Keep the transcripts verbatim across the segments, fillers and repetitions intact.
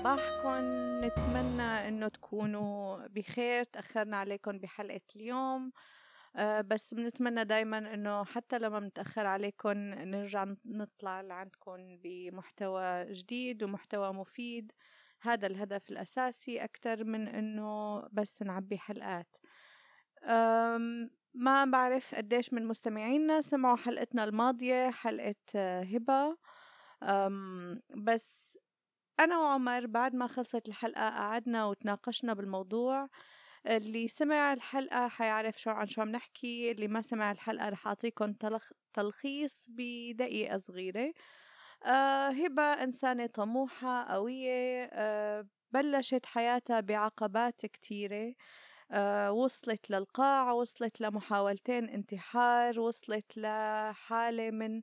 صباحكم. نتمنى انه تكونوا بخير. تأخرنا عليكم بحلقة اليوم، أه بس بنتمنى دايما انه حتى لما بنتأخر عليكم نرجع نطلع لعندكم بمحتوى جديد ومحتوى مفيد. هذا الهدف الأساسي أكثر من انه بس نعبي حلقات. أم ما بعرف قديش من مستمعينا سمعوا حلقتنا الماضية، حلقة آه، هبة. أم بس أنا وعمر بعد ما خلصت الحلقة قعدنا وتناقشنا بالموضوع. اللي سمع الحلقة حيعرف شو عن شو عم نحكي، اللي ما سمع الحلقة رح أعطيكم تلخ... تلخيص بدقيقة صغيرة. آه هبة إنسانة طموحة قوية، آه بلشت حياتها بعقبات كتيرة. آه وصلت للقاع، وصلت لمحاولتين انتحار، وصلت لحالة من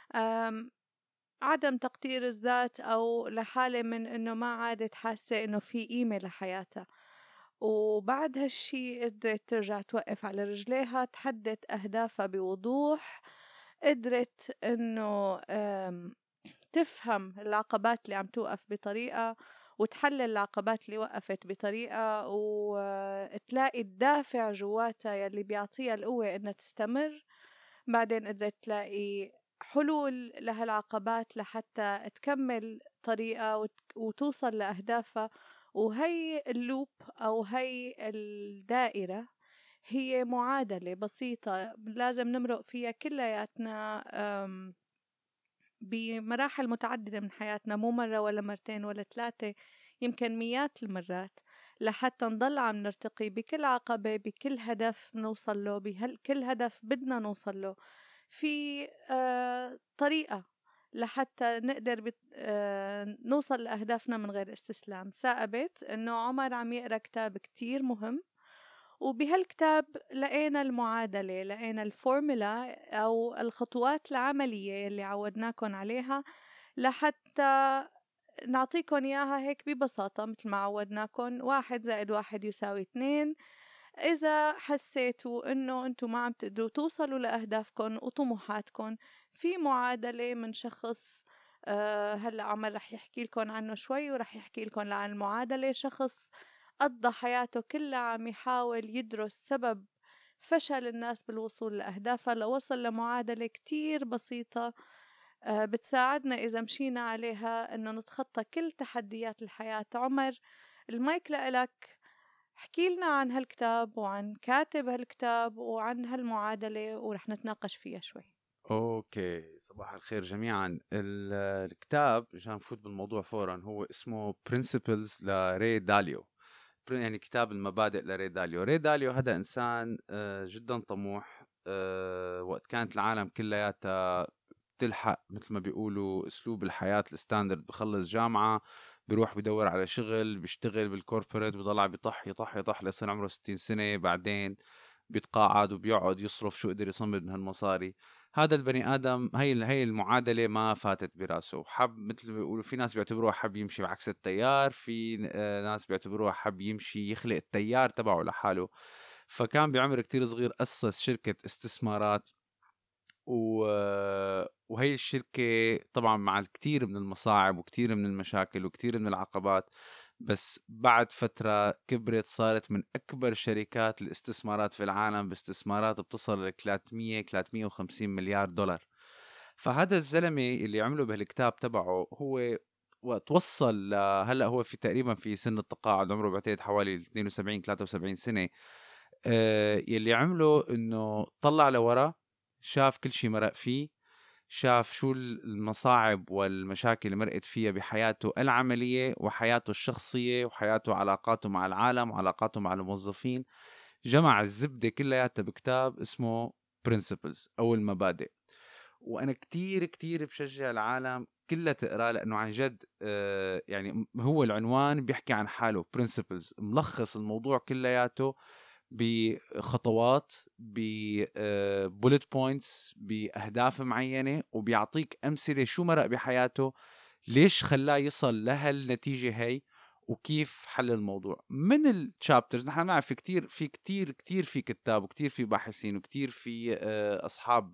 عدم تقدير الذات أو لحالة من إنه ما عادت حاسة إنه في قيمة لحياتها. وبعد هالشي قدرت ترجع توقف على رجليها، تحدد أهدافها بوضوح، قدرت إنه أم، تفهم العقبات اللي عم توقف بطريقة، وتحلل العقبات اللي وقفت بطريقة، وتلاقي الدافع جواتها يلي بيعطيها القوة إنها تستمر. بعدين قدرت تلاقي حلول لهالعقبات لحتى تكمل طريقة وت- وتوصل لأهدافها. وهي اللوب أو هي الدائرة هي معادلة بسيطة لازم نمرق فيها كلياتنا أم، بمراحل متعددة من حياتنا، مو مرة ولا مرتين ولا ثلاثة، يمكن مئات المرات، لحتى نضل عم نرتقي بكل عقبة، بكل هدف نوصل له، بكل هدف بدنا نوصل له. في آه طريقة لحتى نقدر بت... آه نوصل لأهدافنا من غير استسلام. ثاقبت إنه عمر عم يقرأ كتاب كتير مهم، وبهالكتاب لقينا المعادلة، لقينا الفورمولا أو الخطوات العملية اللي عودناكم عليها لحتى نعطيكم إياها هيك ببساطة مثل ما عودناكم. واحد زائد واحد يساوي اثنين. إذا حسيتوا إنه أنتوا ما عم تقدروا توصلوا لأهدافكم وطموحاتكم، في معادلة من شخص آه هلأ عمر رح يحكي لكم عنه شوي، ورح يحكي لكم عن المعادلة. شخص قضى حياته كلها عم يحاول يدرس سبب فشل الناس بالوصول لأهدافها، لوصل لمعادلة كتير بسيطة آه بتساعدنا إذا مشينا عليها إنه نتخطى كل تحديات الحياة. عمر، المايك لإلك. احكي لنا عن هالكتاب وعن كاتب هالكتاب وعن هالمعادلة، ورح نتناقش فيها شوي. اوكي، صباح الخير جميعا. ال- الكتاب عشان نفوت بالموضوع فورا هو اسمه Principles لري داليو. بر- يعني كتاب المبادئ لري داليو. ري داليو هذا انسان آه، جدا طموح. آه، وقت كانت العالم كلياتها تلحق مثل ما بيقولوا اسلوب الحياة الستاندرد، بخلص جامعة بيروح بدور على شغل، بيشتغل بالكوربوريت، بيضل بيطح يطح يطح ليصير عمره ستين سنة، بعدين بيتقاعد وبيقعد يصرف شو قدر يصمد من هالمصاري. هذا البني ادم هي هي المعادله ما فاتت براسه. حب مثل ما بيقولوا، في ناس بيعتبروها حب يمشي بعكس التيار، في آه، ناس بيعتبروها حب يمشي يخلق التيار تبعه لحاله. فكان بعمر كتير صغير أسس شركة استثمارات، و... وهي الشركة طبعا مع الكثير من المصاعب وكثير من المشاكل وكثير من العقبات، بس بعد فترة كبرت، صارت من أكبر شركات الاستثمارات في العالم، باستثمارات بتصل ل ثلاثمية ثلاثمية وخمسين مليار دولار. فهذا الزلمة اللي عمله بهالكتاب تبعه هو وقت وصل هلا هو في تقريبا في سن التقاعد، عمره بعتقد حوالي اثنين وسبعين ثلاثة وسبعين سنة. آه يلي عمله انه طلع لورا، شاف كل شيء مرق فيه، شاف شو المصاعب والمشاكل اللي مرقت فيها بحياته العملية وحياته الشخصية وحياته علاقاته مع العالم وعلاقاته مع الموظفين. جمع الزبدة كلياتها بكتاب اسمه Principles أو المبادئ. وأنا كتير كتير بشجع العالم كلها تقرأ، لأنه عن جد آه يعني هو العنوان بيحكي عن حاله Principles، ملخص الموضوع كلياته بخطوات، ببولت بوينتس، بأهداف معينة، وبيعطيك أمثلة شو مرق بحياته، ليش خلاه يصل لهالنتيجة هي، وكيف حل الموضوع. من الشابترز نحن نعرف في كتير في كتير كتير في كتاب وكتير في باحثين وكتير في أصحاب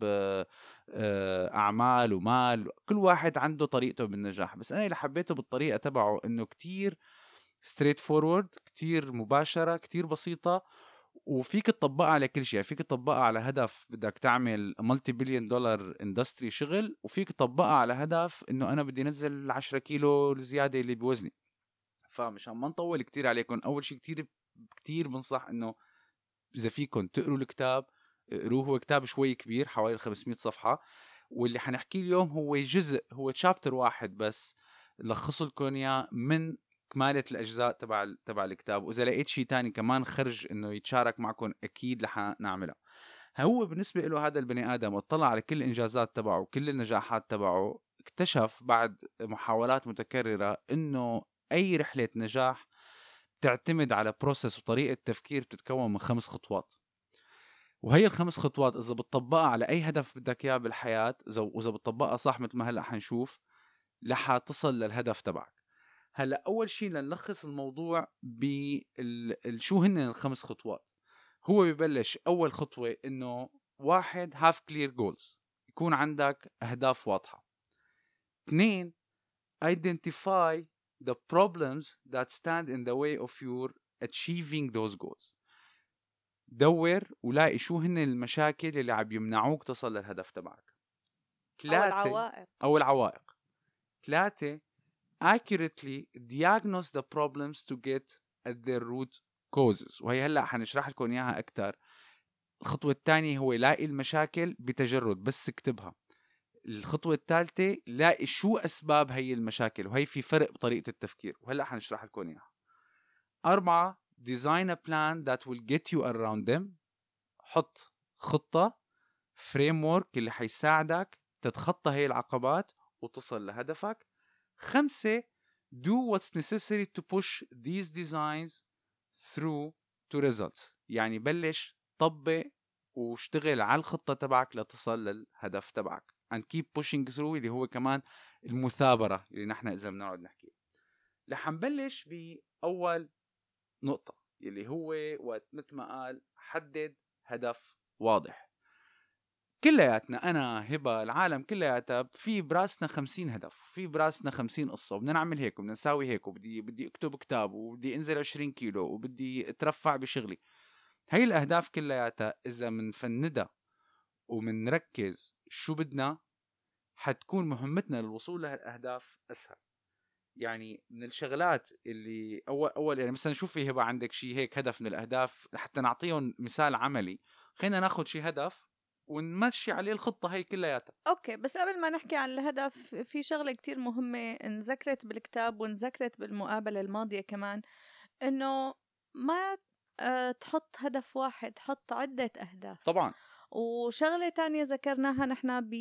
أعمال ومال، كل واحد عنده طريقته بالنجاح. بس أنا اللي حبيته بالطريقة تبعه إنه كتير straight forward، كتير مباشرة، كتير بسيطة، وفيك تطبقها على كل شيء. فيك تطبقها على هدف بدك تعمل ملتي بليون دولار اندستري شغل، وفيك تطبقها على هدف إنه أنا بدي نزل عشرة كيلو زيادة اللي بوزني. فمشان ما نطول كتير عليكم، اول شيء كتير كتير بنصح انه اذا فيكم تقروا الكتاب اقروه. هو كتاب شوي كبير حوالي خمسمية صفحة، واللي حنحكيه اليوم هو جزء، هو تشابتر واحد بس لخص لكم اياه من كمالة الاجزاء تبع تبع الكتاب. واذا لقيت شيء تاني كمان خرج انه يتشارك معكم اكيد رح نعملها. هو بالنسبة له هذا البني ادم اطلع على كل الانجازات تبعه وكل النجاحات تبعه، اكتشف بعد محاولات متكررة انه أي رحلة نجاح تعتمد على بروسيس وطريقة تفكير بتتكون من خمس خطوات. وهي الخمس خطوات إذا بتطبقها على أي هدف بدك إياه بالحياة، وإذا بتطبقها صح مثل ما هلأ حنشوف، رح تصل للهدف تبعك. هلأ أول شيء لنلخص الموضوع بشو هن الخمس خطوات. هو ببلش أول خطوة إنه واحد have clear goals، يكون عندك أهداف واضحة. اثنين identify the problems that stand in the way of your achieving those goals. دور ولاقي شو هن المشاكل اللي عم يمنعوك تصل للهدف تبعك. أو العوائق أو العوائق. ثلاثة accurately diagnose the problems to get at their root causes. وهي هلأ حنشرح لكم إياها أكتر. الخطوة الثانية هو لاقي المشاكل بتجرد، بس اكتبها. الخطوة الثالثة لاقي شو أسباب هي المشاكل، وهي في فرق بطريقة التفكير وهلأ حنشرح لكم إياها. أربعة design a plan that will get you around them. حط خطة framework اللي حيساعدك تتخطى هي العقبات وتصل لهدفك. خمسة do what's necessary to push these designs through to results. يعني بلش طبق واشتغل على الخطة تبعك لتصل للهدف تبعك. and keep pushing through اللي هو كمان المثابرة اللي نحن إذا بنقعد نحكي. رح نبلش بأول نقطة اللي هو وقت مثل ما قال حدد هدف واضح. كلياتنا أنا هبة العالم كلياتها في براسنا خمسين هدف، في براسنا خمسين قصة، وبدنا نعمل هيك وبدنا نساوي هيك، وبدي بدي أكتب كتاب، وبدي أنزل عشرين كيلو، وبدي أترفع بشغلي. هاي الأهداف كلياتها إذا منفندها ومنركز شو بدنا، حتكون مهمتنا للوصول لهالأهداف أسهل. يعني من الشغلات اللي أول أول يعني مثلا شوف في هبة عندك شيء هيك هدف من الأهداف، حتى نعطيهم مثال عملي. خلينا ناخد شيء هدف ونمشي عليه الخطة هي كلياتها. اوكي، بس قبل ما نحكي عن الهدف في شغلة كتير مهمة انذكرت بالكتاب وانذكرت بالمقابلة الماضية كمان، انه ما أه تحط هدف واحد، حط عدة اهداف. طبعا. وشغلة تانية ذكرناها نحنا ب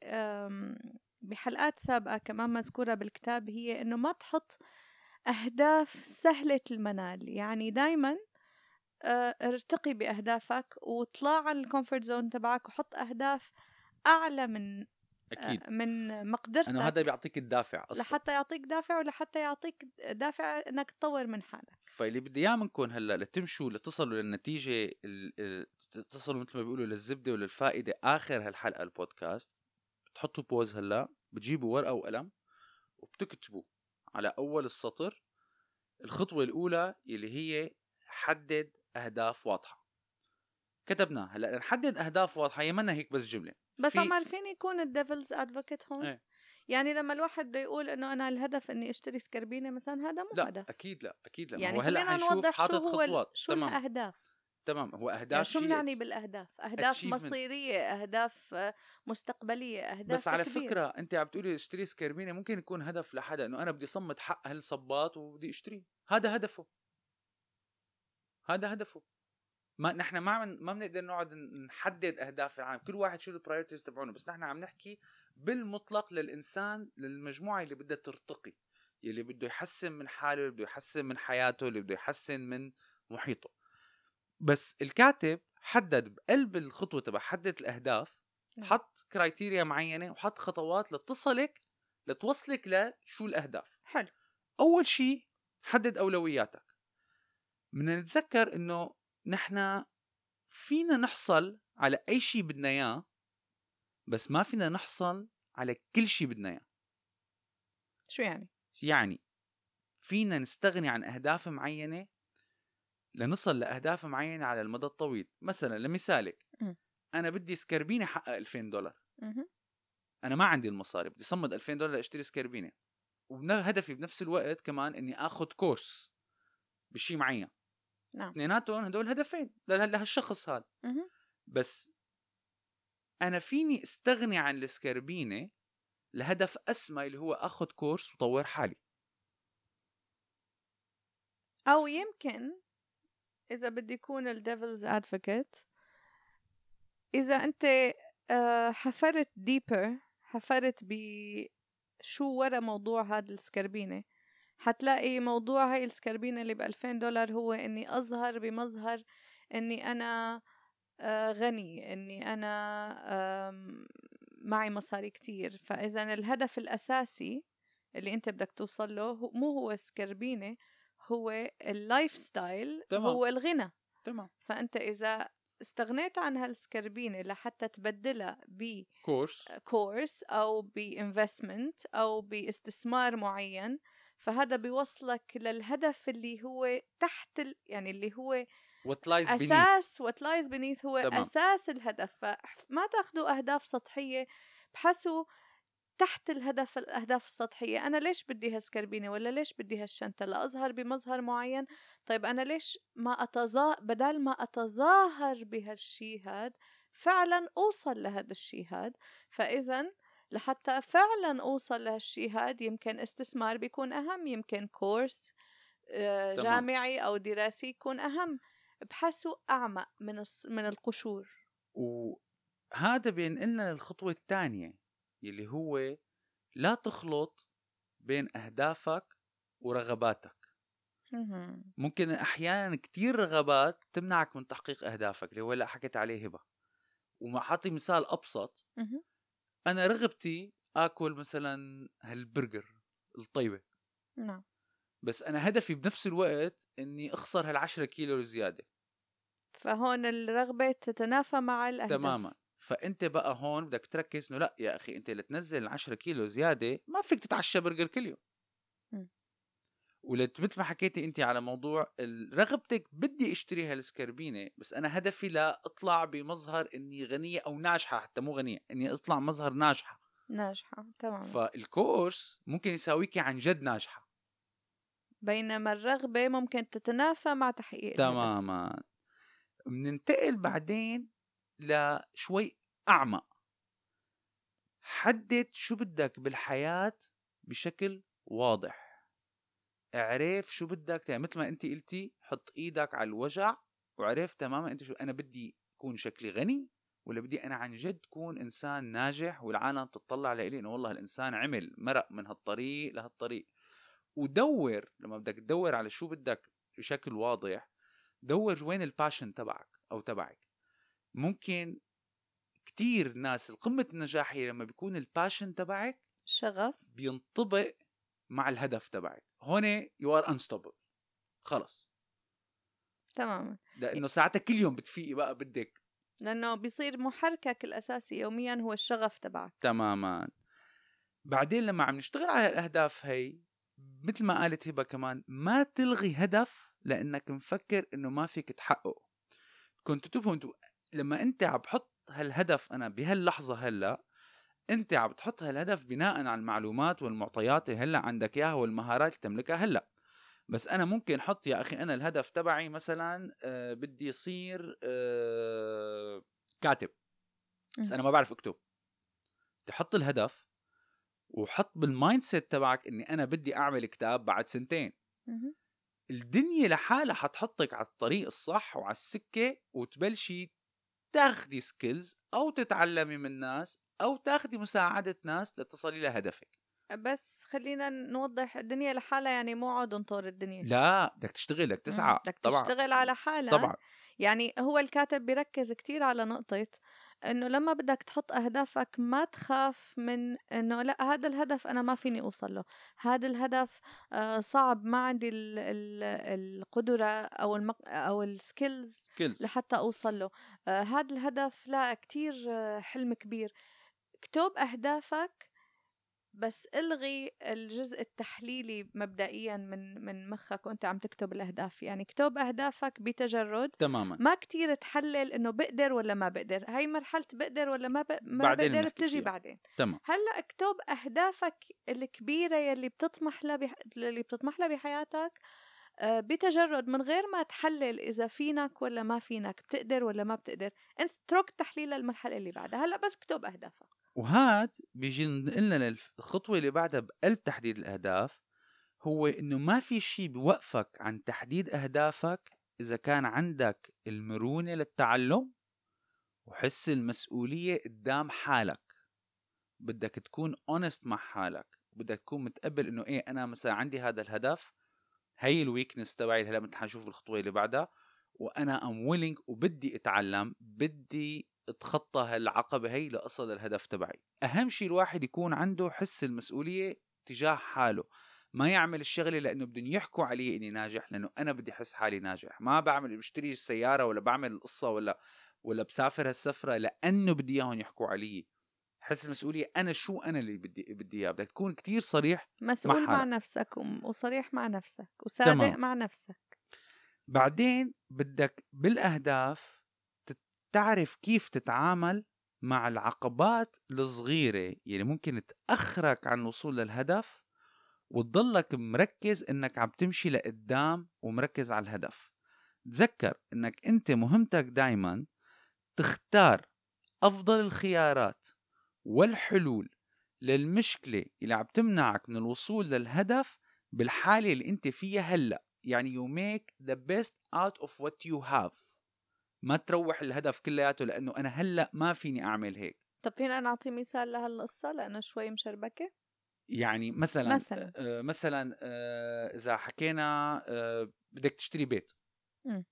بحلقات سابقة كمان مذكورة بالكتاب، هي انه ما تحط اهداف سهلة المنال. يعني دايما اه ارتقي باهدافك واطلع عن الكومفورت زون تبعك وحط اهداف اعلى من أكيد. من مقدرتك، أنه هذا بيعطيك الدافع أصلا، لحتى يعطيك دافع ولحتى يعطيك دافع انك تطور من حالك. فاللي بدي اياه منكم هلا لتمشوا لتصلوا للنتيجه ال... ال... تصلوا مثل ما بيقولوا للزبده وللفائده اخر هالحلقه البودكاست. بتحطوا بوز هلا، بتجيبوا ورقه وقلم وبتكتبوا على اول السطر الخطوه الاولى اللي هي حدد اهداف واضحه. كتبنا هلا نحدد اهداف واضحه، يمنا هيك بس جمله. بس عم عارفين يكون الديفلز ادفوكيت هون. ايه. يعني لما الواحد بده يقول انه انا الهدف اني اشتري سكربينه مثلا، هذا مو لا هدف. اكيد لا اكيد لا. يعني هو هلا خلينا حنشوف نوضح شو حاطط هو ال... خطوات. شو تمام الاهداف. تمام. هو اهداف يعني شو شيء بنعني بالاهداف؟ اهداف achievement. مصيريه، اهداف مستقبليه، اهداف بس على تكبير. فكرة انت عم تقولي اشتري سكربينة، ممكن يكون هدف لحدا انه انا بدي صمت حق هالصباط وبدي اشتريه. هذا هدفه، هذا هدفه. ما نحن ما من ما بنقدر نقعد نحدد اهداف العالم، كل واحد شو البرايورتيز تبعونه. بس نحن عم نحكي بالمطلق للانسان، للمجموعة اللي بدها ترتقي، اللي بده يحسن من حاله، اللي بده يحسن من حياته، اللي بده يحسن من محيطه. بس الكاتب حدد بقلب الخطوة تبع حدد الاهداف، حط كرايتيريا معينة وحط خطوات لتصلك لتوصلك لشو الأهداف. حلو. أول شيء حدد أولوياتك. بدنا نتذكر إنه نحن فينا نحصل على أي شيء بدنا إياه، بس ما فينا نحصل على كل شيء بدنا إياه. شو يعني؟ يعني فينا نستغني عن أهداف معينة لنصل لأهداف معينة على المدى الطويل. مثلا لمثالك، م. أنا بدي سكربينة حقق ألفين دولار. م- أنا ما عندي المصاري، بدي صمد ألفين دولار لأشتري سكربينة، وهدفي بنفس الوقت كمان إني أخذ كورس بشي معين. نعم. اثنيناتهم هدول هدفين لهالشخص هذا. م- بس أنا فيني استغني عن السكربينة لهدف أسمى اللي هو أخذ كورس وطور حالي. أو يمكن إذا بدي يكون الديفلز أدفوكيت، إذا أنت آه، حفرت ديبر، حفرت بشو ورا موضوع هذا السكربينة، حتلاقي موضوع هاي السكربينة اللي بألفين دولار هو إني أظهر بمظهر إني أنا آه، غني، إني أنا آم، معي مصاري كتير. فإذا الهدف الأساسي اللي أنت بدك توصل له هو- مو هو سكربينة، هو اللايف ستايل، تمام. هو الغنى. تمام. فأنت إذا استغنيت عن هالسكربينة لحتى تبدلها كورس بكورس أو بإنفستمنت أو باستثمار معين، فهذا بيوصلك للهدف اللي هو تحت ال... يعني اللي هو what lies beneath. أساس what lies beneath هو تمام. أساس الهدف. فما تاخدوا أهداف سطحية بحسوا تحت الهدف الأهداف السطحية. أنا ليش بدي هالسكربينة ولا ليش بدي هالشنطة؟ لأظهر بمظهر معين. طيب أنا ليش ما أتظاهر، بدل ما أتظاهر بهالشي هاد فعلا أوصل لهذا الشي هاد. فإذا لحتى فعلا أوصل لهالشي هاد يمكن استثمار بيكون أهم، يمكن كورس آه، جامعي أو دراسي يكون أهم، بحسوا أعمق من من القشور. وهذا بينقلنا للخطوة الثانية اللي هو لا تخلط بين أهدافك ورغباتك. ممكن أحيانا كتير رغبات تمنعك من تحقيق أهدافك، اللي هو لا حكيت عليه هبة. وما حاطي مثال أبسط، أنا رغبتي أكل مثلا هالبرجر الطيبة، نعم، بس أنا هدفي بنفس الوقت إني أخسر هالعشرة كيلو زيادة. فهون الرغبة تتنافى مع الأهداف تماما. فأنت بقى هون بدك تركز إنه لا يا أخي، أنت لتنزل العشرة كيلو زيادة ما فيك تتعشى برجر كل يوم. م. ولت مثل ما حكيتي أنت على موضوع رغبتك، بدي اشتري هالسكربينة بس أنا هدفي لا أطلع بمظهر إني غنية أو ناجحة، حتى مو غنية، إني أطلع مظهر ناجحة. ناجحة. تماما. فالكورس ممكن يساويكي عن جد ناجحة، بينما الرغبة ممكن تتنافى مع تحقيق الهدف. تماما. بننتقل بعدين لشوي أعمق. حدد شو بدك بالحياة بشكل واضح. اعرف شو بدك، يعني مثل ما انت قلتي حط ايدك على الوجع وعرف تماما انت شو. انا بدي اكون شكلي غني ولا بدي انا عن جد اكون انسان ناجح والعالم تطلع لي انه والله الانسان عمل مرق من هالطريق لهالطريق. ودور لما بدك تدور على شو بدك بشكل واضح، دور وين الباشن تبعك او تبعك. ممكن كتير ناس القمة النجاح هي لما بيكون الباشن تبعك شغف بينطبق مع الهدف تبعك. هون you are unstoppable خلص. تماما. لأنه ساعتها كل يوم بتفيقي بقى بدك، لأنه بيصير محركك الأساسي يوميا هو الشغف تبعك. تماما. بعدين لما عم نشتغل على الأهداف هي، مثل ما قالت هبة كمان، ما تلغي هدف لأنك مفكر إنه ما فيك تحققه. كنت تبهوا انتوا لما انت عم بحط هالهدف، انا بهاللحظة هلأ انت عم بتحط هالهدف بناء على المعلومات والمعطيات اللي هلأ عندك اياها والمهارات اللي تملكها هلأ. بس انا ممكن احط يا اخي انا الهدف تبعي مثلا آه بدي يصير آه كاتب، بس انا ما بعرف اكتب. تحط الهدف وحط بالمايند سيت تبعك اني انا بدي اعمل كتاب بعد سنتين. الدنيا لحالها حتحطك على الطريق الصح وعلى السكة، وتبلشي تاخدي سكيلز او تتعلمي من ناس او تاخدي مساعدة ناس لتصلي لهدفك. بس خلينا نوضح، الدنيا لحالها يعني مو عود نطور الدنيا. لا، بدك تشتغل، بدك تسعى، بدك طبعا تشتغل على حالك. طبعا. يعني هو الكاتب بيركز كتير على نقطة إنه لما بدك تحط أهدافك ما تخاف من إنه لأ هذا الهدف أنا ما فيني أوصل له، هذا الهدف آه صعب، ما عندي ال ال القدرة أو المق أو السكيلز لحتى أوصل له، آه هذا الهدف لا كتير آه حلم كبير. اكتب أهدافك بس الغي الجزء التحليلي مبدئيا من من مخك وانت عم تكتب الاهداف. يعني اكتب اهدافك بتجرد تماما، ما كتير تحلل انه بقدر ولا ما بقدر. هاي مرحله بقدر ولا ما ب... ما بعدين بقدر بنحكي بتجي فيها. بعدين. تمام. هلا اكتب اهدافك الكبيره يلي بتطمح لها بح... اللي بتطمح لها بحياتك آه بتجرد من غير ما تحلل اذا فينك ولا ما فينك، بتقدر ولا ما بتقدر. انت اترك تحليل للمرحله اللي بعدها، هلا بس اكتب اهدافك. وهاد بيجي لنا للخطوة اللي بعدها بقلب تحديد الأهداف، هو إنه ما في شيء بيوقفك عن تحديد أهدافك إذا كان عندك المرونة للتعلم وحس المسؤولية قدام حالك. بدك تكون honest مع حالك، بدك تكون متقبل إنه إيه أنا مثلا عندي هذا الهدف، هي الويكنس تبعي. هلا مثل حنشوف الخطوة اللي بعدها، وأنا am willing وبدي أتعلم، بدي اتخطى هالعقبة هي لأصل الهدف تبعي. أهم شيء الواحد يكون عنده حس المسؤولية تجاه حاله، ما يعمل الشغلة لأنه بدهم يحكوا علي إني ناجح، لأنه أنا بدي أحس حالي ناجح. ما بعمل بشتري السيارة ولا بعمل القصة ولا ولا بسافر هالسفرة لأنه بدي إياهم يحكوا علي. حس المسؤولية أنا شو أنا اللي بدي بدي إياه. بدك تكون كتير صريح مسؤول مع, مع مع نفسك وصريح مع نفسك وصادق تمام. مع نفسك. بعدين بدك بالأهداف تعرف كيف تتعامل مع العقبات الصغيرة اللي ممكن تأخرك عن الوصول للهدف، وتضلك مركز انك عم تمشي لقدام ومركز على الهدف. تذكر انك انت مهمتك دايما تختار افضل الخيارات والحلول للمشكلة اللي عم تمنعك من الوصول للهدف بالحالة اللي انت فيها هلأ. يعني you make the best out of what you have. ما تروح الهدف كلياته لأنه أنا هلأ ما فيني أعمل هيك. طب فينا نعطي مثال لهالقصة لأنه شوي مشربكة؟ يعني مثلا مثلا آه مثلا آه إذا حكينا آه بدك تشتري بيت م.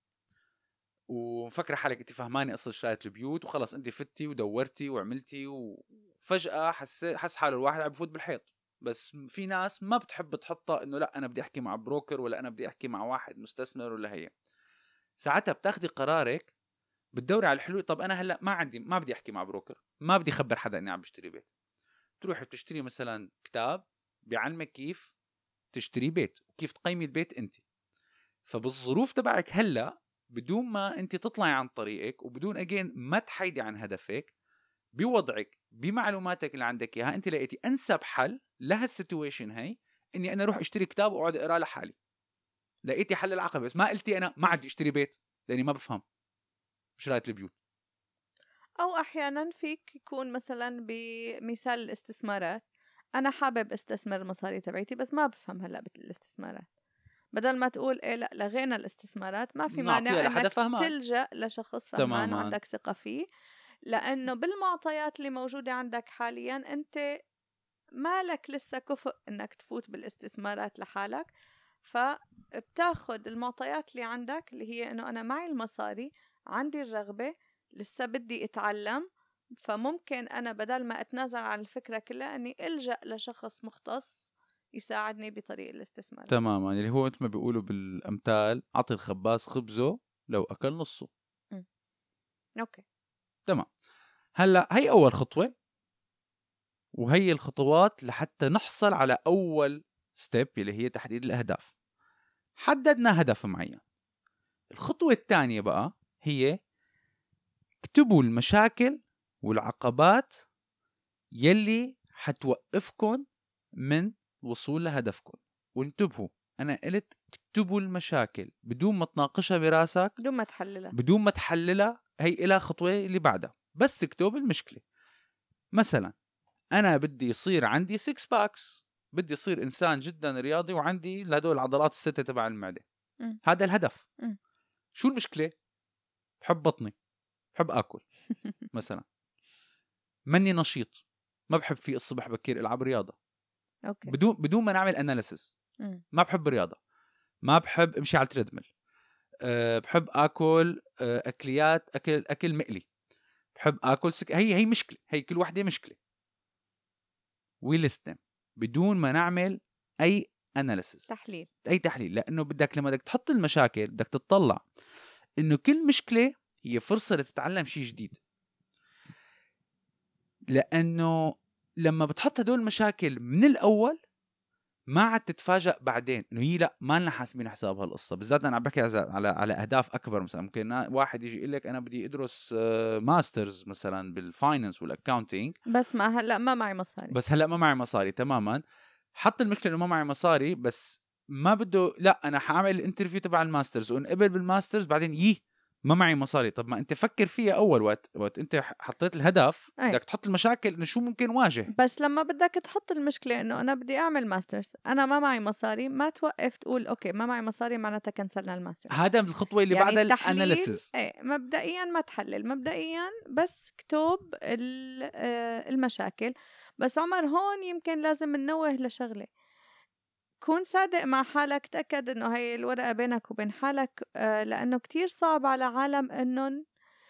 ومفكرة حالك أنت فهماني أصل شراية البيوت وخلص أنت فتي ودورتي وعملتي، وفجأة حس حس حاله الواحد عم بفوت بالحيط. بس في ناس ما بتحب تحطها إنه لا أنا بدي أحكي مع بروكر ولا أنا بدي أحكي مع واحد مستثمر ولا هي. ساعتها بتاخدي قرارك بتدوري على الحلول. طب انا هلا ما عندي، ما بدي احكي مع بروكر، ما بدي اخبر حدا اني عم بشتري بيت. تروحي بتشتري مثلا كتاب بيعلمك كيف تشتري بيت وكيف تقيمي البيت انت. فبالظروف تبعك هلا بدون ما انت تطلعي عن طريقك وبدون اجين ما تحيدي عن هدفك، بوضعك بمعلوماتك اللي عندك اياها انت لقيتي انسب حل لهالسيتويشن هي، اني انا اروح اشتري كتاب واقعد اقرا لحالي. لقيتي حل العقبه. بس ما قلتي انا ما عندي اشتري بيت لاني ما بفهم شراية البيوت. أو أحيانا فيك يكون مثلا بمثال الاستثمارات، أنا حابب استثمر المصاري تبعتي بس ما بفهم هلأ بالاستثمارات. بدل ما تقول إيه لا لغينا الاستثمارات، ما في مانع إنك تلجأ لشخص فهمان تماماً. وعندك ثقة فيه، لأنه بالمعطيات اللي موجودة عندك حاليا أنت مالك لسه كفء إنك تفوت بالاستثمارات لحالك. فبتاخد المعطيات اللي عندك اللي هي إنه أنا معي المصاري، عندي الرغبة، لسه بدي أتعلم، فممكن أنا بدل ما أتنازل عن الفكرة كلها أني ألجأ لشخص مختص يساعدني بطريق الاستثمار. تماما. اللي هو مثل ما بيقولوا بالأمثال عطي الخباز خبزه لو أكل نصه. م. أوكي تمام. هلا هي أول خطوة، وهي الخطوات لحتى نحصل على أول ستيب اللي هي تحديد الأهداف. حددنا هدف معين. الخطوة الثانية بقى هي اكتبوا المشاكل والعقبات يلي حتوقفكن من وصول لهدفكن. وانتبهوا أنا قلت اكتبوا المشاكل بدون ما تناقشها براسك، بدون ما تحللها بدون ما تحللها. هي إلى خطوة اللي بعدها بس اكتب المشكلة. مثلا أنا بدي يصير عندي سيكس باكس، بدي يصير إنسان جدا رياضي وعندي لهدول العضلات الستة تبع المعدة. م. هذا الهدف. م. شو المشكلة؟ بحب بطني، بحب أكل مثلا، مني نشيط، ما بحب في الصبح بكير ألعب رياضة. أوكي. بدون بدون ما نعمل أناليسيس. ما بحب الرياضة، ما بحب امشي على التريدميل، أه بحب اكل أه اكليات اكل اكل مقلي، بحب اكل سك... هي هي مشكله، هي كل وحده مشكله ولستم بدون ما نعمل اي اناليسيس، تحليل اي تحليل. لانه بدك لما بدك تحط المشاكل بدك تطلع انه كل مشكله هي فرصه لتتعلم شيء جديد. لانه لما بتحط هدول المشاكل من الاول ما عاد تتفاجأ بعدين انه هي لا ما لنا حاسبين حساب هالقصه. بالذات انا عم بحكي على على اهداف اكبر. مثلا ممكن واحد يجي يقول لك انا بدي ادرس ماسترز مثلا بالفاينانس والاكاونتينج، بس ما هلا ما معي مصاري، بس هلا ما معي مصاري تماما. حط المشكله انه ما معي مصاري، بس ما بده لا انا حاعمل الانترفيو تبع الماسترز وانقبل بالماسترز بعدين يي ما معي مصاري. طب ما انت فكر فيها اول وقت وقت انت حطيت الهدف أي. بدك تحط المشاكل انه شو ممكن واجه. بس لما بدك تحط المشكلة إنه أنا بدي أعمل ماسترز أنا ما معي مصاري، ما توقف تقول أوكي ما معي مصاري معناتها كنسلنا الماسترز. هذا الخطوه اللي يعني بعدها التحليل الاناليسيس. ايه مبدئيا ما تحلل، مبدئيا بس اكتب المشاكل. بس عمر هون يمكن لازم ننوه لشغلة، كون صادق مع حالك، تأكد انه هي الورقة بينك وبين حالك، لأنه كتير صعب على عالم انهم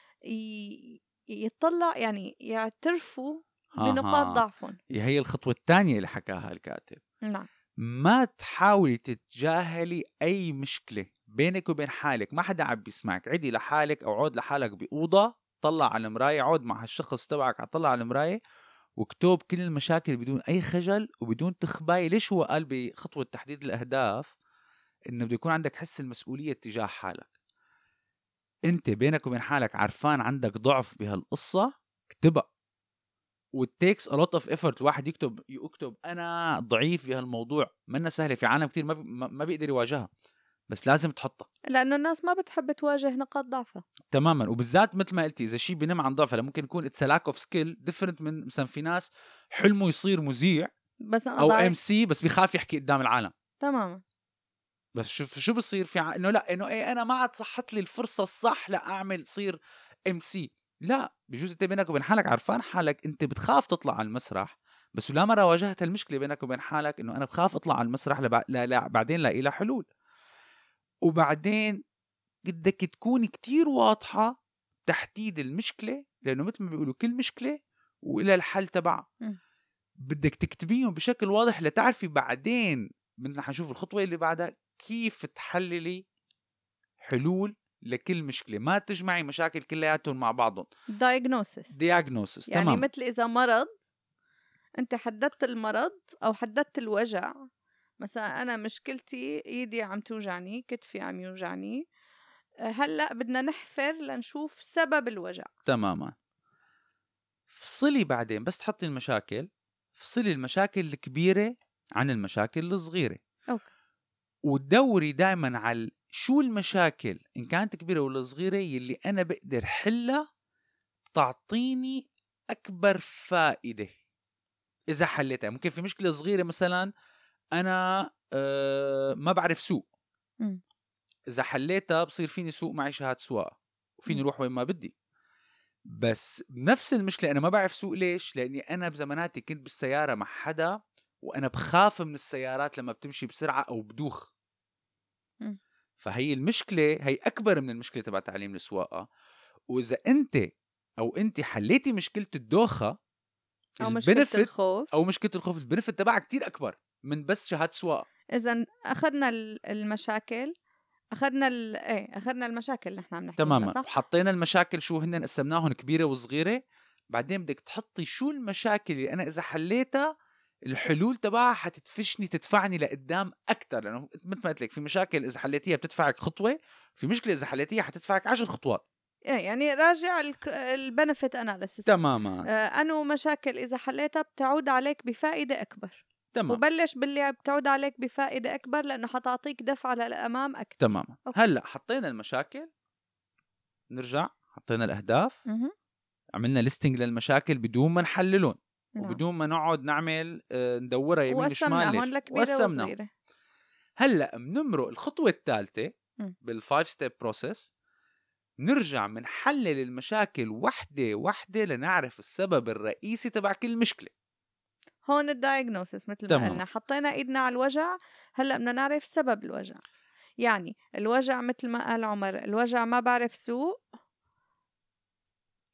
يطلع يعني يعترفوا بنقاط ضعفهم. هي الخطوة الثانية اللي حكاها الكاتب. نعم. ما تحاولي تتجاهلي أي مشكلة بينك وبين حالك، ما حدا عم بيسمعك. عدي لحالك أو عود لحالك بأوضة، طلع على المراية، عود مع هالشخص تبعك طلع على المراية واكتب كل المشاكل بدون أي خجل وبدون تخباي. ليش هو قال بخطوة تحديد الأهداف إنه بده يكون عندك حس المسؤولية تجاه حالك. أنت بينك وبين حالك عرفان عندك ضعف بهالقصة، اكتبها. والتيكس a lot of effort. الواحد يكتب يكتب أنا ضعيف بهالموضوع، منا سهلة، في عالم كتير ما, بي ما بيقدر يواجهها، بس لازم تحطها لأنه الناس ما بتحب تواجه نقاط ضعفها تماما. وبالذات مثل ما قلتي إذا شيء بنم عن ضعفها ممكن يكون it's a lack of skill different من مثلا في ناس حلمه يصير مذيع بس أنا أو ضعيف. ام سي بس بيخاف يحكي قدام العالم. تماما. بس شوف شو بصير في ع... انه لا انه ايه انا ما عاد صحت لي الفرصه الصح لاعمل صير ام سي. لا، بجوز انت بينك وبين حالك عرفان حالك انت بتخاف تطلع على المسرح، بس ولا مره واجهت المشكله بينك وبين حالك انه انا بخاف اطلع على المسرح لبع... لا لا بعدين لاقي لها حلول. وبعدين بدك تكون كتير واضحه تحديد المشكله، لانه مثل ما بيقولوا كل مشكله والى الحل تبعها. بدك تكتبيهم بشكل واضح لتعرفي بعدين بدنا حنشوف الخطوه اللي بعدها كيف تحللي حلول لكل مشكلة. ما تجمعي مشاكل كلياتهم مع بعضهم. diagnosis diagnosis يعني تمام. مثل إذا مرض أنت حددت المرض أو حددت الوجع. مثلا أنا مشكلتي إيدي عم توجعني، كتفي عم يوجعني، هلأ بدنا نحفر لنشوف سبب الوجع. تماما. فصلي بعدين بس تحطي المشاكل، فصلي المشاكل الكبيرة عن المشاكل الصغيرة. أوكي. ودوري دائما على شو المشاكل إن كانت كبيرة ولا صغيرة يلي أنا بقدر حلها تعطيني أكبر فائدة. إذا حليتها ممكن في مشكلة صغيرة مثلا أنا أه ما بعرف سوق، م. إذا حليتها بصير فيني سوق معي شهادة سواقة وفيني روح وين ما بدي. بس نفس المشكلة أنا ما بعرف سوق. ليش؟ لأني أنا بزماناتي كنت بالسيارة مع حدا وأنا بخاف من السيارات لما بتمشي بسرعة أو بدوخ. م. فهي المشكلة هي أكبر من المشكلة تبع تعليم السواقة. وإذا أنت أو أنت حليتي مشكلة الدوخة أو مشكلة الخوف أو مشكلة الخوف البنفت تبعها كتير أكبر من بس شهادة سواقة. إذن أخذنا المشاكل، أخذنا ال إيه أخذنا المشاكل نحن عم نحكي تماما. صح؟ حطينا المشاكل شو هن قسمناهم كبيرة وصغيرة. بعدين بدك تحطي شو المشاكل اللي أنا إذا حليتها الحلول تبعها حتدفشني تدفعني لقدام أكتر. لأنه مثل ما قلت لك في مشاكل إذا حليتيها بتدفعك خطوة، في مشكلة إذا حليتيها حتدفعك عشر خطوات. إيه يعني راجع البنفيت أناليسيس تماما. آه أنو مشاكل إذا حليتها بتعود عليك بفائدة أكبر. تمام. وبلش باللي بتعود عليك بفائدة أكبر لأنه حتعطيك دفعة للأمام أكتر. تماما. هلأ حطينا المشاكل، نرجع حطينا الأهداف، م- عملنا ليستنج للمشاكل بدون ما نحللون نعم. وبدون ما نقعد نعمل ندورها يمين وشمال هون لكبيرة وصغيرة. هلأ بنمرق الخطوة الثالثة بالفايف ستيب بروسيس، نرجع منحلل المشاكل وحدة وحدة لنعرف السبب الرئيسي تبع كل مشكلة. هون الدايجنوسيس مثل ما قلنا حطينا ايدنا على الوجع، هلأ بدنا نعرف سبب الوجع. يعني الوجع مثل ما قال عمر، الوجع ما بعرف سوق،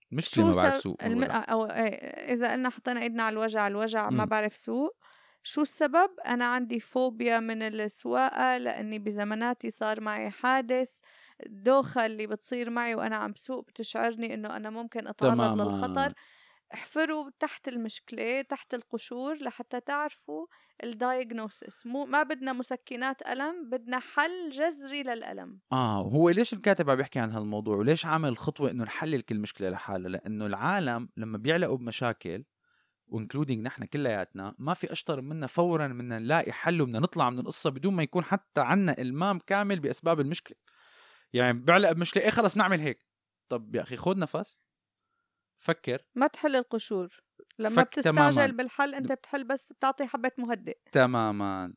مشكلة ما بعرف سب... سوق الم... أولا. أو إيه، إذا قلنا حطينا إيدنا على الوجع الوجع ما مم. بعرف سوق، شو السبب؟ أنا عندي فوبيا من السواقة، لأني بزماناتي صار معي حادث. الدوخة اللي بتصير معي وأنا عم بسوق بتشعرني إنه أنا ممكن أتعرض تماما. للخطر. احفروا تحت المشكلة، تحت القشور، لحتى تعرفوا الدايجنوسيس. مو ما بدنا مسكنات ألم، بدنا حل جذري للألم. اه هو ليش الكاتب عم بيحكي عن هالموضوع وليش عامل الخطوة انه نحلل كل مشكلة لحالها؟ لانه العالم لما بيعلقوا بمشاكل وانكلودينج نحن كلياتنا ما في اشطر منا فورا بدنا نلاقي حل وبدنا نطلع من القصة بدون ما يكون حتى عنا المام كامل باسباب المشكلة. يعني بعلق بمشكلة ايه خلص نعمل هيك. طب يا اخي خد نفس، فكر. ما تحل القشور لما فك بتستعجل تماما. بالحل، انت بتحل بس بتعطي حبة مهدئ. تماما.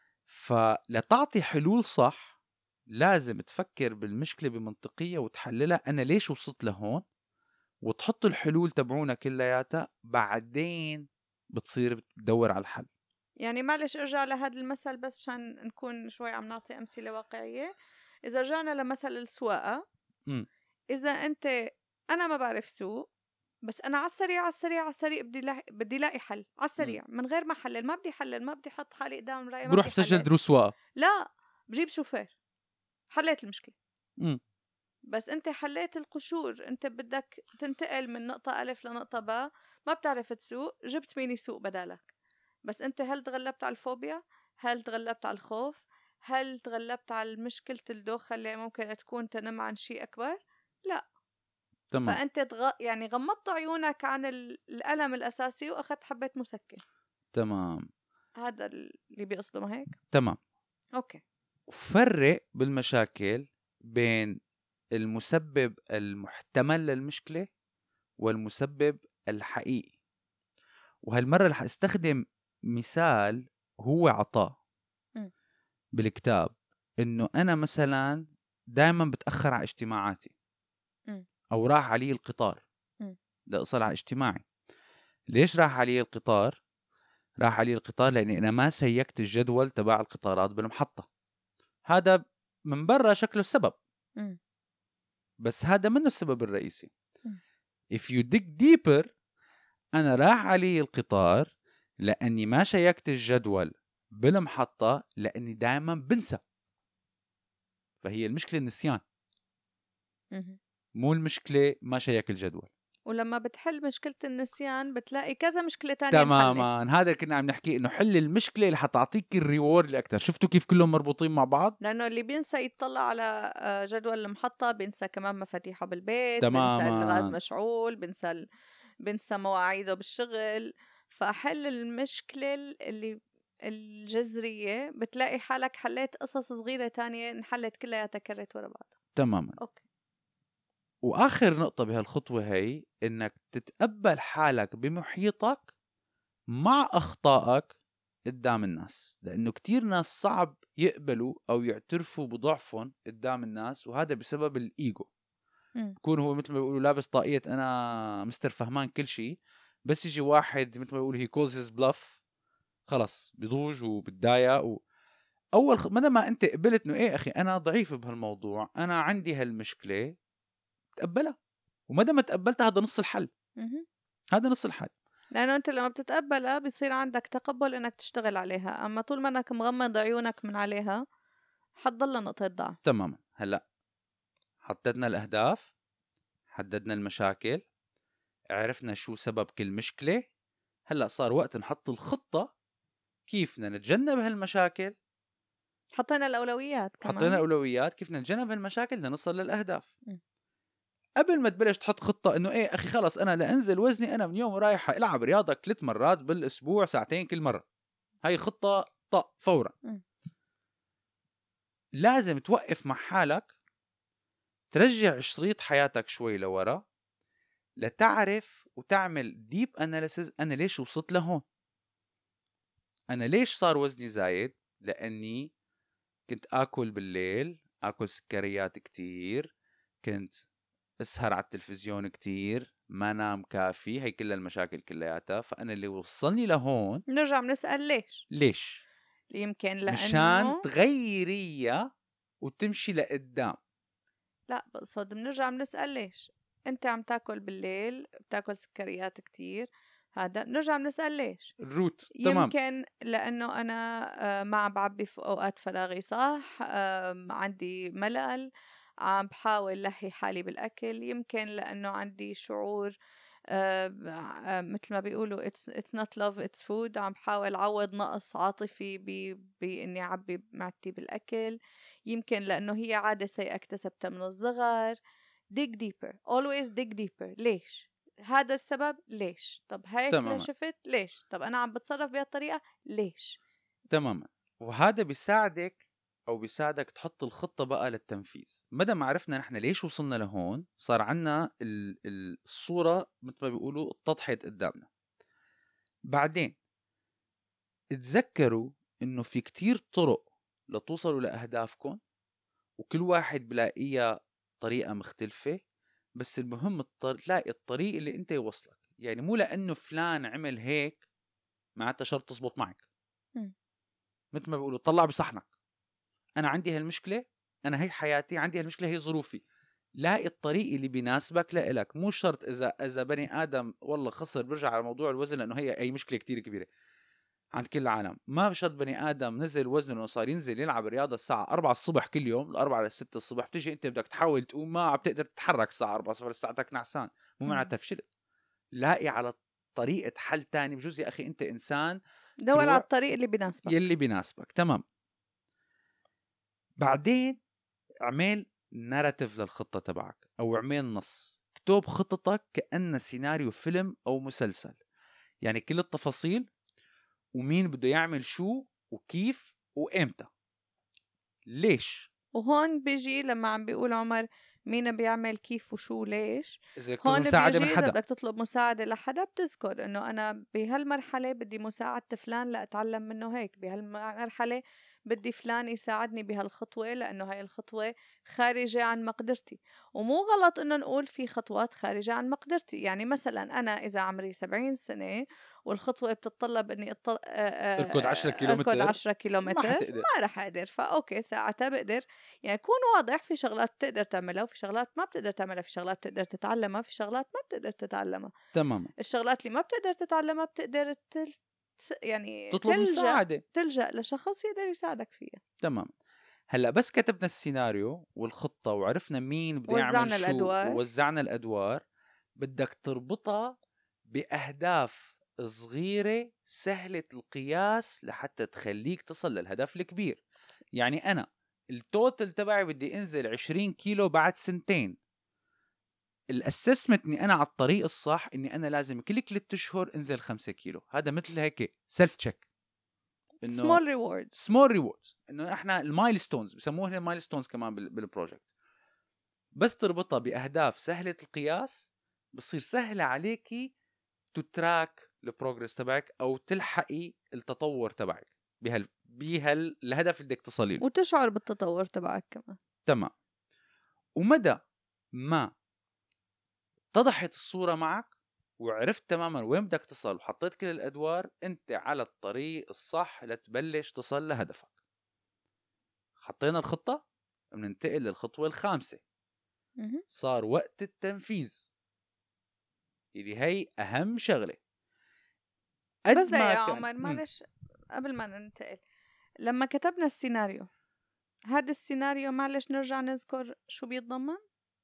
فلتعطي حلول صح لازم تفكر بالمشكلة بمنطقية وتحللها، أنا ليش وصلت لهون، وتحط الحلول تبعونا كلياتها، بعدين بتصير بتدور على الحل. يعني معلش ارجع لهذا المثل بس عشان نكون شوي عم نعطي أمثلة واقعية. إذا رجعنا لمثل السواقة، م. إذا أنت أنا ما بعرف سوق، بس أنا على السريع على السريع على السريع بدي لاقي بدي لاقي حل على السريع من غير ما أحلل. ما بدي أحلل، ما بدي أحط حالي قدام المراية، ما بروح بدي بسجل أحلل. دروس سواقة. لا، بجيب شوفير. حليت المشكلة. م. بس انت حليت القشور، انت بدك تنتقل من نقطة ألف لنقطة باء، ما بتعرف تسوق، جبت مين يسوق بدالك. بس انت هل تغلبت على الفوبيا؟ هل تغلبت على الخوف؟ هل تغلبت على مشكلة الدوخة اللي ممكن تكون تنم عن شيء أكبر؟ لا. تمام. فأنت تغ... يعني غمضت عيونك عن ال- الألم الأساسي وأخذت حبة مسكن. تمام. هذا اللي بيقصده، ما هيك؟ تمام. أوكي. فرق بالمشاكل بين المسبب المحتمل للمشكلة والمسبب الحقيقي. وهالمرة رح استخدم مثال هو عطاه م. بالكتاب، انه انا مثلا دائما بتأخر على اجتماعاتي م. او راح علي القطار، م. بدي اصل على اجتماعي. ليش راح علي القطار؟ راح علي القطار لاني انا ما سيكت الجدول تبع القطارات بالمحطة. هذا من برا شكله السبب، م. بس هذا منه السبب الرئيسي. م. if you dig deeper، انا راح علي القطار لاني ما شيكت الجدول بالمحطة، لاني دائما بنسى. فهي المشكلة النسيان، م. مو المشكلة ما شيك الجدول. ولما بتحل مشكلة النسيان بتلاقي كذا مشكلة تانية انحلت. تماما. هذا كنا عم نحكي انه حل المشكلة اللي حتعطيك الريورد الاكثر. شفتوا كيف كلهم مربوطين مع بعض؟ لانه اللي بينسى يتطلع على آه، جدول المحطة بينسى كمان مفاتيحه بالبيت، تماماً. بينسى الغاز مشعول، بينسى ال... بينسى مواعيده بالشغل. فحل المشكلة اللي الجذرية بتلاقي حالك حليت قصص صغيرة تانية انحلت كلها تكررت ورا بعض. تماما. اوكي. واخر نقطة بهالخطوة هي انك تتقبل حالك بمحيطك مع اخطائك قدام الناس، لانه كتير ناس صعب يقبلوا او يعترفوا بضعفهم قدام الناس، وهذا بسبب الايجو. بكون هو مثل ما بيقولوا لابس طاقية انا مستر فهمان كل شيء، بس يجي واحد مثل ما بيقولوا هي كوز هيز بلف، خلص بيضوج وبتضايق. و... اول خ... مدى ما انت قبلت انه ايه اخي انا ضعيف بهالموضوع، انا عندي هالمشكله، تقبلها. ومدى ما تقبلتها هذا نص الحل. مهم. هذا نص الحل. لانه انت لما بتتقبلها بيصير عندك تقبل انك تشتغل عليها، اما طول ما انك مغمض عيونك من عليها حتضلها نقطة ضعف. تماما. هلا حددنا الاهداف، حددنا المشاكل، عرفنا شو سبب كل مشكله. هلا صار وقت نحط الخطه كيف بدنا نتجنب هالمشاكل. حطينا الأولويات كمان. حطينا اولويات كيف نتجنب هالمشاكل لنصل للاهداف. م. قبل ما تبلش تحط خطة انه ايه اخي خلص انا لانزل وزني انا من يوم رايح العب رياضة ثلاث مرات بالاسبوع ساعتين كل مرة، هاي خطة طق فورا. م. لازم توقف مع حالك، ترجع شريط حياتك شوي لورا لتعرف وتعمل ديب اناليسز. انا ليش وصلت لهون؟ انا ليش صار وزني زايد؟ لاني كنت اكل بالليل، اكل سكريات كتير، كنت اسهر على التلفزيون كتير، ما نام كافي، هي كل المشاكل كلياتها. فانا اللي وصلني لهون نرجع بنسأل ليش. ليش؟ يمكن لأنه مشان تغيريها وتمشي لقدام. لا بقصد بنرجع بنسأل ليش. انت عم تاكل بالليل، بتاكل سكريات كتير، هذا بنرجع بنسأل ليش. الروت تمام. يمكن لأنه أنا آه، ما عم بعبي في أوقات فراغي صح، آم، عندي ملل، عم بحاول لهي حالي بالأكل. يمكن لأنه عندي شعور آه، آه، مثل ما بيقولوا it's, it's not love it's food، عم بحاول عوض نقص عاطفي ب- بإني أعبي معدتي بالأكل. يمكن لأنه هي عادة سيئة اكتسبتها من الصغر. dig deeper always dig deeper. ليش هذا السبب؟ ليش؟ طب هيك تماما شفت ليش؟ طب أنا عم بتصرف بهالطريقة ليش؟ تماما. وهذا بيساعدك او بيساعدك تحط الخطة بقى للتنفيذ. مدى ما عرفنا نحن ليش وصلنا لهون، صار عنا ال- ال- الصورة مثل ما بيقولوا اتضحت قدامنا. بعدين تذكروا انه في كتير طرق لتوصلوا لأهدافكم، وكل واحد بلاقيها طريقة مختلفة، بس المهم الطر... تلاقي الطريق اللي انت يوصلك. يعني مو لانه فلان عمل هيك معناتها شرط تزبط معك. م. مثل ما بيقولوا طلع بصحنك، انا عندي هالمشكلة، انا هي حياتي، عندي هالمشكلة، هي ظروفي. لاقي الطريق اللي بيناسبك لإلك. مو شرط اذا اذا بني ادم والله خسر برجع على موضوع الوزن، لانه هي اي مشكلة كتير كبيرة عند كل العالم. ما شرط بني ادم نزل وزنه وصار ينزل يلعب رياضه الساعه أربعة الصبح كل يوم، الأربعة لستة الصبح، بتيجي انت بدك تحاول تقوم ما عم تقدر تتحرك الساعه أربعة الصبح، ساعتك نعسان، مو معناتها فشلت. لاقي على طريقه حل تاني. بجوز يا اخي انت انسان دور على تروح الطريق اللي بيناسبك. يلي بيناسبك. تمام. بعدين اعمل ناراتيف للخطه تبعك، او اعمل نص. اكتب خطتك كأنه سيناريو فيلم او مسلسل، يعني كل التفاصيل، ومين بده يعمل شو وكيف وامتى ليش. وهون بيجي لما عم بيقول عمر مين بيعمل كيف وشو ليش، اذا بدك تطلب هون مساعده من بيجي إذا حدا، بدك تطلب مساعدة لحدا بتذكر إنه أنا بهالمرحلة بدي مساعدة فلان لأتعلم منه هيك، بهالمرحلة بدي فلان يساعدني بهالخطوة لأنه هاي الخطوة خارجة عن مقدرتي. ومو غلط إنه نقول في خطوات خارجة عن مقدرتي. يعني مثلا أنا إذا عمري سبعين سنة والخطوة بتتطلب إني أطل... اركض عشرة أركض كيلومتر عشرة كيلومتر، ما حتقدر. ما رح أقدر. فأوكي ساعتها بقدر يعني يكون واضح في شغلات بتقدر تعملها وفي شغلات ما بتقدر تعملها، في شغلات بتقدر تتعلمها في شغلات ما بتقدر تتعلمها. تماما. الشغلات اللي ما بتقدر تتعلمها بتقدر تل... يعني تطلب تلجأ مساعده. تلجأ لشخص يقدر يساعدك فيها. تمام. هلا بس كتبنا السيناريو والخطه وعرفنا مين بده يعمل وزعنا شو الأدوار. ووزعنا الادوار، بدك تربطها باهداف صغيره سهله القياس لحتى تخليك تصل للهدف الكبير. يعني انا التوتل تبعي بدي انزل عشرين كيلو بعد سنتين. الاسسمنت اني انا على الطريق الصح، اني انا لازم كل ثلاث اشهر انزل خمسة كيلو. هذا مثل هيك سيلف تشيك، انه small rewards. سمول ريوردز، انه احنا المايلستونز بسموها المايلستونز كمان بالبروجكت. بس تربطها باهداف سهله القياس بصير سهله عليكي تتراك البروجرس تبعك او تلحقي التطور تبعك بهال بهال الهدف اللي بدك تصلي له. وتشعر بالتطور تبعك كمان. تمام. ومدى ما اتضحت الصورة معك وعرفت تماما وين بدك تصل وحطيت كل الأدوار، أنت على الطريق الصح لتبلش تصل لهدفك. حطينا الخطة، بننتقل للخطوة الخامسة. مهم. صار وقت التنفيذ، اللي هي أهم شغلة. قد بس ما يا كان عمر مم. معلش قبل ما ننتقل، لما كتبنا السيناريو، هذا السيناريو معلش نرجع نذكر شو بيتضمن.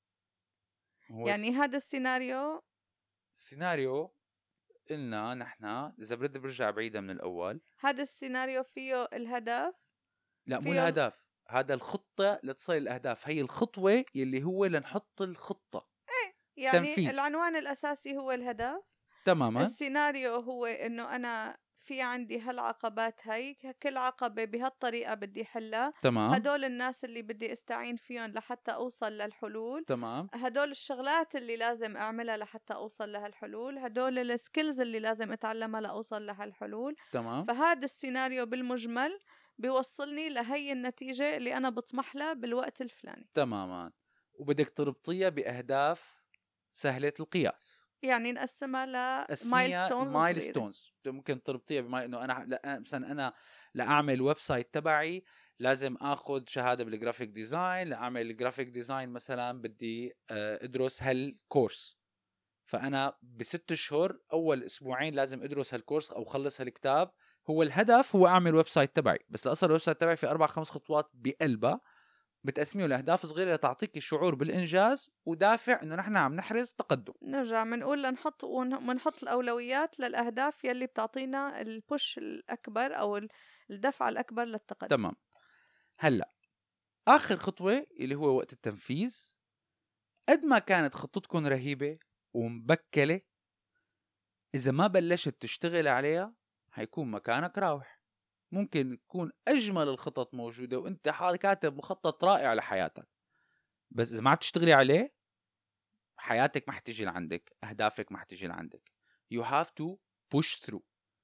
هو يعني هذا السيناريو السيناريو قلنا نحن إذا بدي برجع بعيدة من الأول. هذا السيناريو فيه الهدف، لا مو فيه ال- الهدف، هذا الخطة لتصل الأهداف. هي الخطوة يلي هو لنحط الخطة يعني تنفيذ. العنوان الأساسي هو الهدف. تماما. السيناريو هو إنه أنا في عندي هالعقبات هاي، كل عقبة بهالطريقة بدي حلها. تمام. هدول الناس اللي بدي استعين فيهم لحتى أوصل للحلول. تمام. هدول الشغلات اللي لازم أعملها لحتى أوصل لهالحلول. هدول السكيلز اللي لازم أتعلمها لأوصل لهالحلول. تمام. فهذا السيناريو بالمجمل بيوصلني لهي النتيجة اللي أنا بطمح لها بالوقت الفلاني. تماما. وبدك تربطيها بأهداف سهلة القياس، يعني نقسمها اسميها لمايلستونز صغيرة. مايلستونز. ممكن تربطيها بما انه انا لا مثلا انا لاعمل ويب سايت تبعي لازم اخذ شهاده بالجرافيك ديزاين، لاعمل الجرافيك ديزاين مثلا بدي ادرس هالكورس، فانا بست اشهر اول اسبوعين لازم ادرس هالكورس او خلص هالكتاب. هو الهدف هو اعمل ويب سايت تبعي، بس لاصل الويب سايت تبعي في اربع خمس خطوات بقلبها بتقسميه لاهداف صغيره تعطيك شعور بالانجاز ودافع انه نحن عم نحرز تقدم. نرجع بنقول لنحط ونحط الاولويات للاهداف يلي بتعطينا البوش الاكبر او الدفعه الاكبر للتقدم. تمام. هلا اخر خطوه اللي هو وقت التنفيذ. قد ما كانت خطتكم رهيبه ومبكله، اذا ما بلشت تشتغل عليها هيكون مكانك راوح. ممكن يكون اجمل الخطط موجوده وانت حال كاتب مخطط رائع لحياتك، بس اذا ما عم تشتغلي عليه حياتك ما حتيجي لعندك، اهدافك ما حتيجي لعندك. you have to push through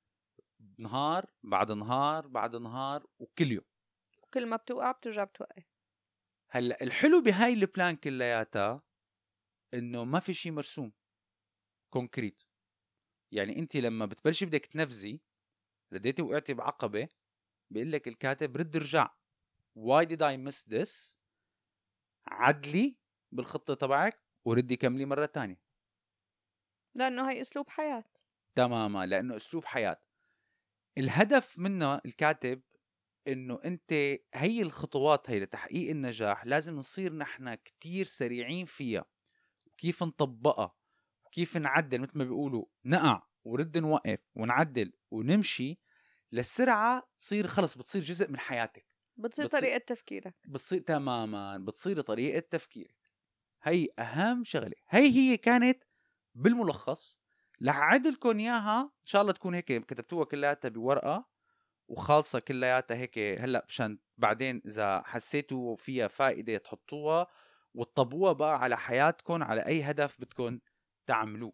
نهار بعد نهار بعد نهار وكل يوم. وكل ما بتوقع بترجع بتوقف. هلا الحلو بهاي البلان كلياتها انه ما في شيء مرسوم كونكريت. يعني انت لما بتبلشي بدك تنفذي رديتي وقعتي بعقبه، بيقول لك الكاتب رد ارجع why did I miss this، عدلي بالخطه تبعك وردي كملي مره تانية. لانه هي اسلوب حياه. تماما، لانه اسلوب حياه. الهدف منه الكاتب انه انت هي الخطوات هي لتحقيق النجاح لازم نصير نحن كتير سريعين فيها، وكيف نطبقها وكيف نعدل، مثل ما بيقولوا نقع ورد نوقف ونعدل ونمشي للسرعة تصير خلص بتصير جزء من حياتك. بتصير, بتصير طريقه تفكيرك. بتصير تماما بتصير طريقة تفكيرك. هي أهم شغلة. هي هي كانت بالملخص. رح أعدلكم إياها إن شاء الله تكون هيك كتبتوها كلياتها بورقة وخالصة كلياتها هيك هلا مشان بعدين اذا حسيتوا فيها فائده تحطوها وتطبقوها بقى على حياتكم على اي هدف بدكم تعملوه.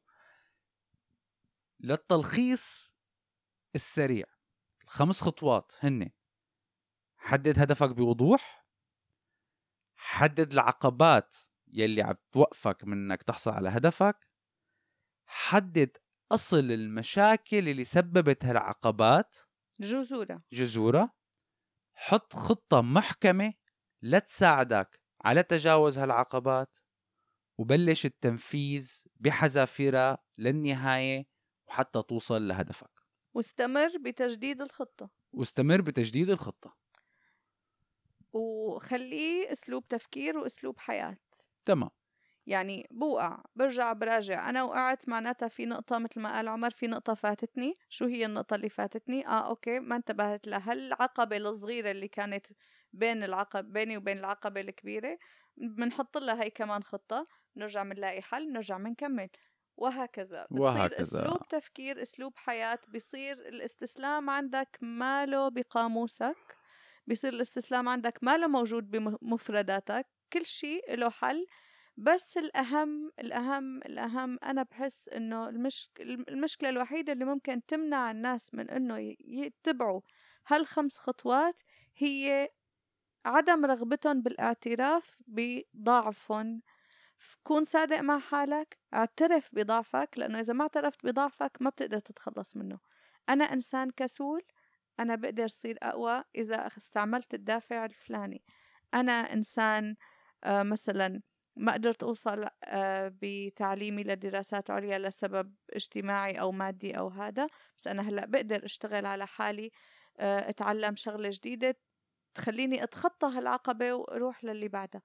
للتلخيص السريع الخمس خطوات هن: حدد هدفك بوضوح، حدد العقبات يلي عم توقفك من انك تحصل على هدفك، حدد اصل المشاكل اللي سببت هالعقبات جذورها جذورها، حط خطة محكمة لتساعدك على تجاوز هالعقبات، وبلش التنفيذ بحذافيرها للنهاية وحتى توصل لهدفك. واستمر بتجديد الخطة. واستمر بتجديد الخطة. وخليه اسلوب تفكير واسلوب حياة. تمام. يعني بوقع برجع براجع. انا وقعت معناتها في نقطة، مثل ما قال عمر، في نقطة فاتتني. شو هي النقطة اللي فاتتني؟ اه اوكي، ما انتبهت لها العقبة الصغيرة اللي كانت بين العقب بيني وبين العقبة الكبيرة. بنحط لها هي كمان خطة، نرجع منلاقي حل، نرجع منكمل، وهكذا. بتصير وهكذا. اسلوب تفكير، اسلوب حياة. بيصير الاستسلام عندك ماله بقاموسك، بيصير الاستسلام عندك ماله موجود بمفرداتك. كل شيء له حل. بس الأهم الأهم الأهم أنا بحس إنه المش... المشكلة الوحيدة اللي ممكن تمنع الناس من إنه يتبعوا هالخمس خطوات هي عدم رغبتهم بالاعتراف بضعفهم. كون صادق مع حالك، اعترف بضعفك، لأنه إذا ما اعترفت بضعفك ما بتقدر تتخلص منه. أنا إنسان كسول، أنا بقدر صير أقوى إذا استعملت الدافع الفلاني. أنا إنسان آه مثلا ما قدرت أوصل آه بتعليمي لدراسات عليا لسبب اجتماعي أو مادي أو هذا، بس أنا هلأ بقدر أشتغل على حالي، آه أتعلم شغلة جديدة تخليني أتخطى هالعقبة وأروح للي بعدها.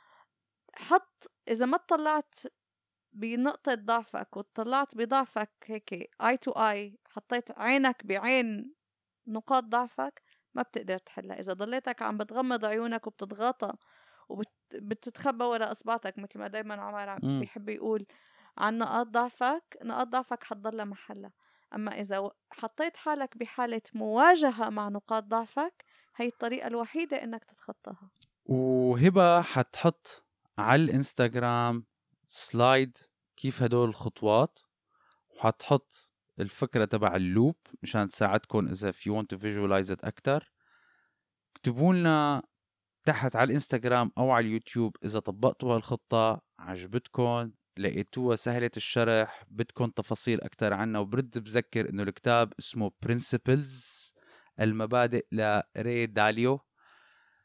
حط إذا ما اطلعت بنقطة ضعفك وطلعت بضعفك هيك eye to eye، حطيت عينك بعين نقاط ضعفك، ما بتقدر تحلها. إذا ضليتك عم بتغمض عيونك وبتتغاطى وبتتخبى وراء إصبعتك، مثل ما دايما عمر بيحب يقول عن نقاط ضعفك، نقاط ضعفك حتضلها محلها. أما إذا حطيت حالك بحالة مواجهة مع نقاط ضعفك، هي الطريقة الوحيدة إنك تتخطاها. وهبة حتحط على الانستغرام سلايد كيف هدول الخطوات، وحتحط الفكرة تبع اللوب مشان تساعدكم إذا if you want to visualize it أكتر. اكتبوا لنا تحت على الانستغرام أو على اليوتيوب إذا طبقتوا هالخطة عجبتكم، لقيتوها سهلة الشرح، بدكم تفاصيل أكتر عنها. وبرد بذكر إنه الكتاب اسمه Principles، المبادئ لري داليو.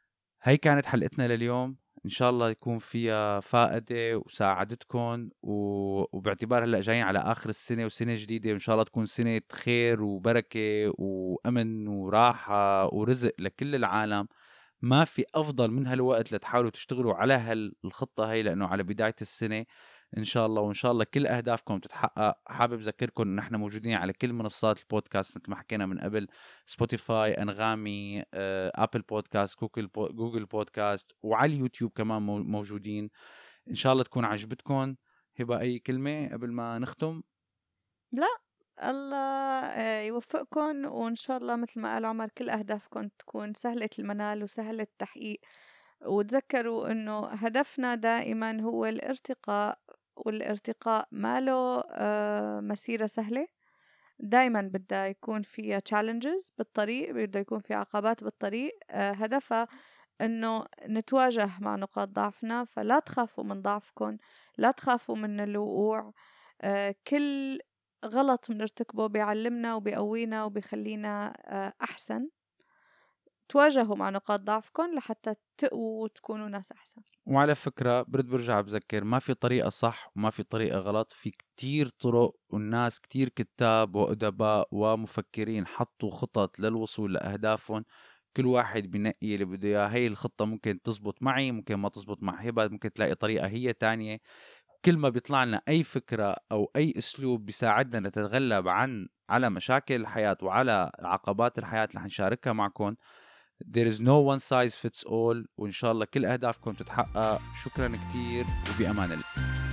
هاي كانت حلقتنا لليوم، ان شاء الله يكون فيها فائدة وساعدتكم، وباعتبار هلا جايين على اخر السنة وسنة جديدة، وان شاء الله تكون سنة خير وبركة وامن وراحة ورزق لكل العالم. ما في افضل من هالوقت لتحاولوا تشتغلوا على هالخطة هاي، لانه على بداية السنة ان شاء الله، وان شاء الله كل اهدافكم تتحقق. حابب اذكركم ان احنا موجودين على كل منصات البودكاست مثل ما حكينا من قبل: سبوتيفاي، انغامي، ابل بودكاست، جوجل جوجل بودكاست، وعلى اليوتيوب كمان موجودين. ان شاء الله تكون عجبتكم. هبه اي كلمه قبل ما نختم؟ لا، الله يوفقكم، وإن شاء الله مثل ما قال عمر كل أهدافكم تكون سهلة المنال وسهلة التحقيق. وتذكروا إنه هدفنا دائما هو الارتقاء، والارتقاء ما له مسيرة سهلة. دائما بدها يكون فيها challenges بالطريق، بدها يكون في عقبات بالطريق. هدفها إنه نتواجه مع نقاط ضعفنا، فلا تخافوا من ضعفكم، لا تخافوا من الوقوع. كل غلط بنرتكبه بيعلمنا وبيقوينا وبيخلينا أحسن. تواجهوا مع نقاط ضعفكم لحتى تقووا وتكونوا ناس أحسن. وعلى فكرة برد برجع بذكر، ما في طريقة صح وما في طريقة غلط، في كتير طرق، والناس كتير كتاب وأدباء ومفكرين حطوا خطط للوصول لأهدافهم. كل واحد بنقي اللي بده إياه. هي الخطة ممكن تزبط معي، ممكن ما تزبط مع هبة، ممكن تلاقي طريقة هي تانية. كل ما بيطلع لنا أي فكرة أو أي أسلوب بيساعدنا نتغلب عن على مشاكل الحياة وعلى عقبات الحياة اللي حنشاركها معكم. There is no one size fits all. وإن شاء الله كل أهدافكم تتحقق. شكرا كتير وبأمان الله.